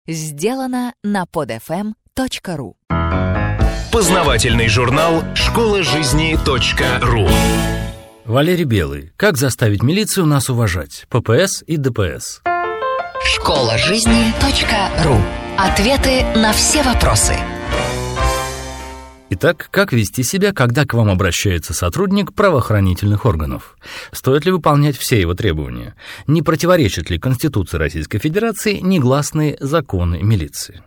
Сделано на podfm.ru. Познавательный журнал «Школа жизни.ру». Валерий Белый. Как заставить милицию нас уважать? ППС и ДПС. Школа жизни.ру. Ответы на все вопросы. Итак, как вести себя, когда к вам обращается сотрудник правоохранительных органов? Стоит ли выполнять все его требования? Не противоречат ли Конституции Российской Федерации негласные законы милиции?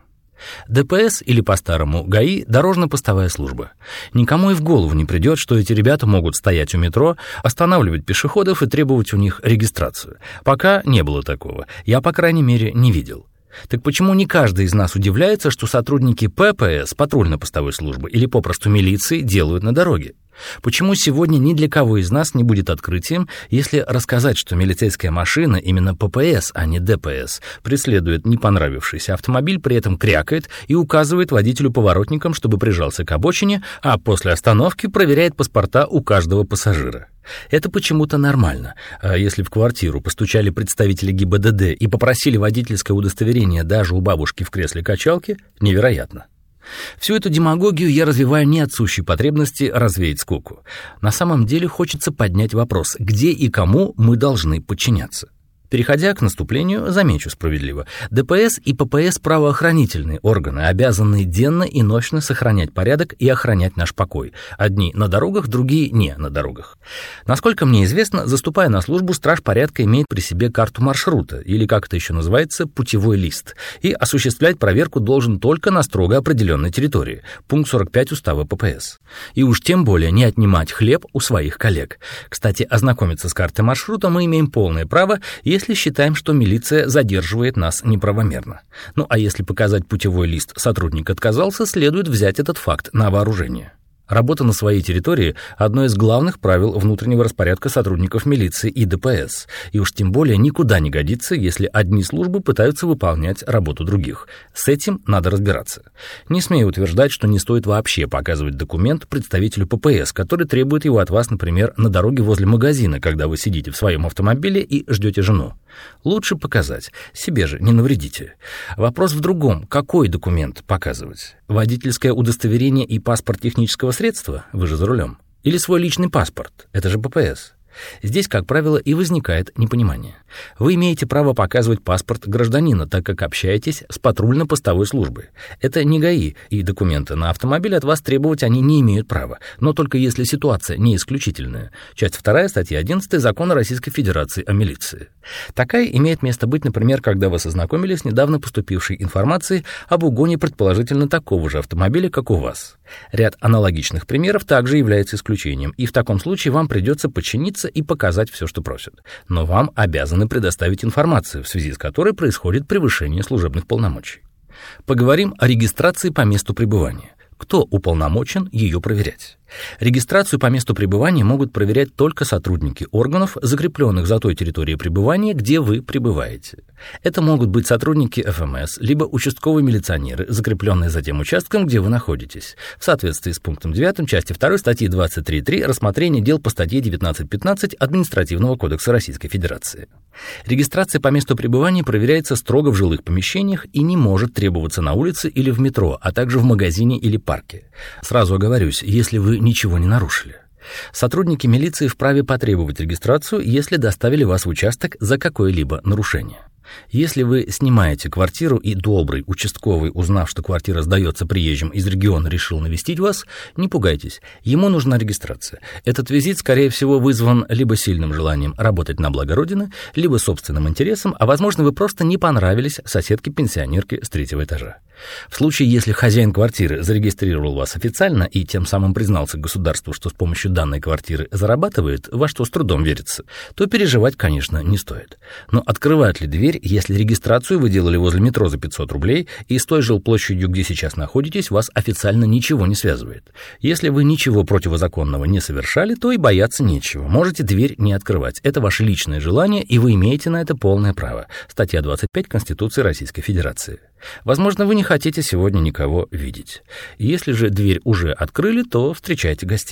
ДПС, или по-старому ГАИ, дорожно-постовая служба. Никому и в голову не придет, что эти ребята могут стоять у метро, останавливать пешеходов и требовать у них регистрацию. Пока не было такого. Я, по крайней мере, не видел. Так почему не каждый из нас удивляется, что сотрудники ППС, патрульно-постовой службы, или попросту милиции делают на дороге? Почему сегодня ни для кого из нас не будет открытием, если рассказать, что милицейская машина, именно ППС, а не ДПС, преследует не понравившийся автомобиль, при этом крякает и указывает водителю-поворотникам, чтобы прижался к обочине, а после остановки проверяет паспорта у каждого пассажира? Это почему-то нормально. А если в квартиру постучали представители ГИБДД и попросили водительское удостоверение даже у бабушки в кресле качалки, невероятно. Всю эту демагогию я развиваю не от сущей потребности развеять скуку. На самом деле хочется поднять вопрос, где и кому мы должны подчиняться. Переходя к наступлению, замечу справедливо, ДПС и ППС – правоохранительные органы, обязанные денно и ночно сохранять порядок и охранять наш покой. Одни на дорогах, другие не на дорогах. Насколько мне известно, заступая на службу, страж порядка имеет при себе карту маршрута, или, как это еще называется, путевой лист, и осуществлять проверку должен только на строго определенной территории, пункт 45 Устава ППС. И уж тем более не отнимать хлеб у своих коллег. Кстати, ознакомиться с картой маршрута мы имеем полное право, если считаем, что милиция задерживает нас неправомерно. Ну а если показать путевой лист сотрудник отказался, следует взять этот факт на вооружение. Работа на своей территории – одно из главных правил внутреннего распорядка сотрудников милиции и ДПС. И уж тем более никуда не годится, если одни службы пытаются выполнять работу других. С этим надо разбираться. Не смею утверждать, что не стоит вообще показывать документ представителю ППС, который требует его от вас, например, на дороге возле магазина, когда вы сидите в своем автомобиле и ждете жену. Лучше показать, себе же не навредите. Вопрос в другом, какой документ показывать? Водительское удостоверение и паспорт технического средства? Вы же за рулем. Или свой личный паспорт? Это же ППС. Здесь, как правило, и возникает непонимание. Вы имеете право показывать паспорт гражданина, так как общаетесь с патрульно-постовой службой. Это не ГАИ, и документы на автомобиль от вас требовать они не имеют права, но только если ситуация не исключительная. Часть 2, статья 11 Закона Российской Федерации о милиции. Такая имеет место быть, например, когда вы ознакомились с недавно поступившей информацией об угоне предположительно такого же автомобиля, как у вас. Ряд аналогичных примеров также является исключением, и в таком случае вам придется подчиниться и показать все, что просят. Но вам обязаны предоставить информацию, в связи с которой происходит превышение служебных полномочий. Поговорим о регистрации по месту пребывания. Кто уполномочен ее проверять? Регистрацию по месту пребывания могут проверять только сотрудники органов, закрепленных за той территорией пребывания, где вы пребываете. Это могут быть сотрудники ФМС, либо участковые милиционеры, закрепленные за тем участком, где вы находитесь. В соответствии с пунктом 9 части 2 статьи 23.3 рассмотрение дел по статье 19.15 Административного кодекса Российской Федерации. Регистрация по месту пребывания проверяется строго в жилых помещениях и не может требоваться на улице или в метро, а также в магазине или парке. Сразу оговорюсь, если вы ничего не нарушили. Сотрудники милиции вправе потребовать регистрацию, если доставили вас в участок за какое-либо нарушение. Если вы снимаете квартиру и добрый участковый, узнав, что квартира сдается приезжим из региона, решил навестить вас, не пугайтесь, ему нужна регистрация. Этот визит, скорее всего, вызван либо сильным желанием работать на благо Родины, либо собственным интересом, а возможно, вы просто не понравились соседке-пенсионерке с 3-го этажа. В случае, если хозяин квартиры зарегистрировал вас официально и тем самым признался государству, что с помощью данной квартиры зарабатывает, во что с трудом верится, то переживать, конечно, не стоит. Но открывает ли дверь, если регистрацию вы делали возле метро за 500 рублей и с той жилплощадью, где сейчас находитесь, вас официально ничего не связывает? Если вы ничего противозаконного не совершали, то и бояться нечего. Можете дверь не открывать. Это ваше личное желание, и вы имеете на это полное право. Статья 25 Конституции Российской Федерации. Возможно, вы не хотите сегодня никого видеть. Если же дверь уже открыли, то встречайте гостей.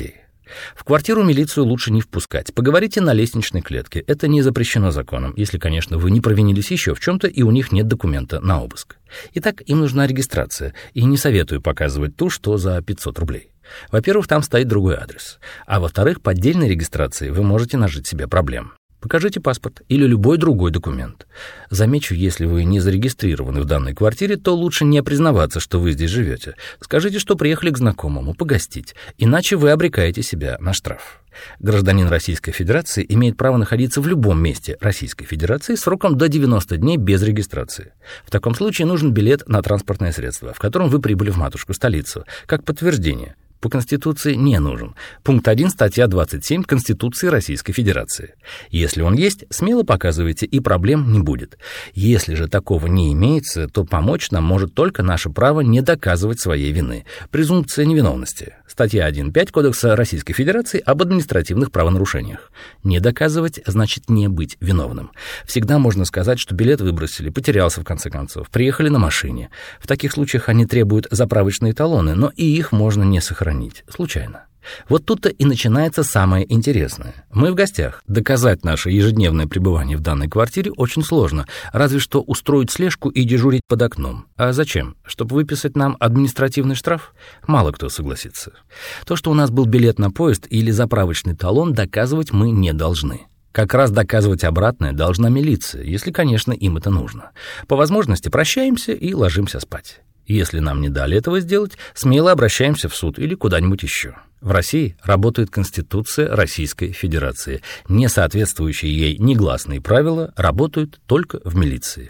В квартиру милицию лучше не впускать. Поговорите на лестничной клетке. Это не запрещено законом, если, конечно, вы не провинились еще в чем-то и у них нет документа на обыск. Итак, им нужна регистрация, и не советую показывать ту, что за 500 рублей. Во-первых, там стоит другой адрес. А во-вторых, по отдельной регистрации вы можете нажить себе проблем. Покажите паспорт или любой другой документ. Замечу, если вы не зарегистрированы в данной квартире, то лучше не признаваться, что вы здесь живете. Скажите, что приехали к знакомому погостить, иначе вы обрекаете себя на штраф. Гражданин Российской Федерации имеет право находиться в любом месте Российской Федерации сроком до 90 дней без регистрации. В таком случае нужен билет на транспортное средство, в котором вы прибыли в матушку-столицу, как подтверждение. По Конституции не нужен. Пункт 1, статья 27 Конституции Российской Федерации. Если он есть, смело показывайте, и проблем не будет. Если же такого не имеется, то помочь нам может только наше право не доказывать своей вины. Презумпция невиновности. Статья 1.5 Кодекса Российской Федерации об административных правонарушениях. Не доказывать значит не быть виновным. Всегда можно сказать, что билет выбросили, потерялся в конце концов, приехали на машине. В таких случаях они требуют заправочные талоны, но и их можно не сохранить. Случайно. Вот тут-то и начинается самое интересное. Мы в гостях. Доказать наше ежедневное пребывание в данной квартире очень сложно, разве что устроить слежку и дежурить под окном. А зачем? Чтобы выписать нам административный штраф? Мало кто согласится. То, что у нас был билет на поезд или заправочный талон, доказывать мы не должны. Как раз доказывать обратное должна милиция, если, конечно, им это нужно. По возможности прощаемся и ложимся спать. Если нам не дали этого сделать, смело обращаемся в суд или куда-нибудь еще. В России работает Конституция Российской Федерации. Не соответствующие ей негласные правила работают только в милиции.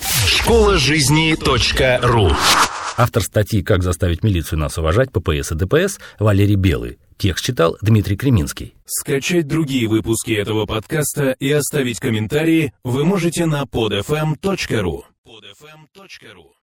Школажизни.ру. Автор статьи «Как заставить милицию нас уважать» ППС и ДПС Валерий Белый. Текст читал Дмитрий Креминский. Скачать другие выпуски этого подкаста и оставить комментарии вы можете на podfm.ru.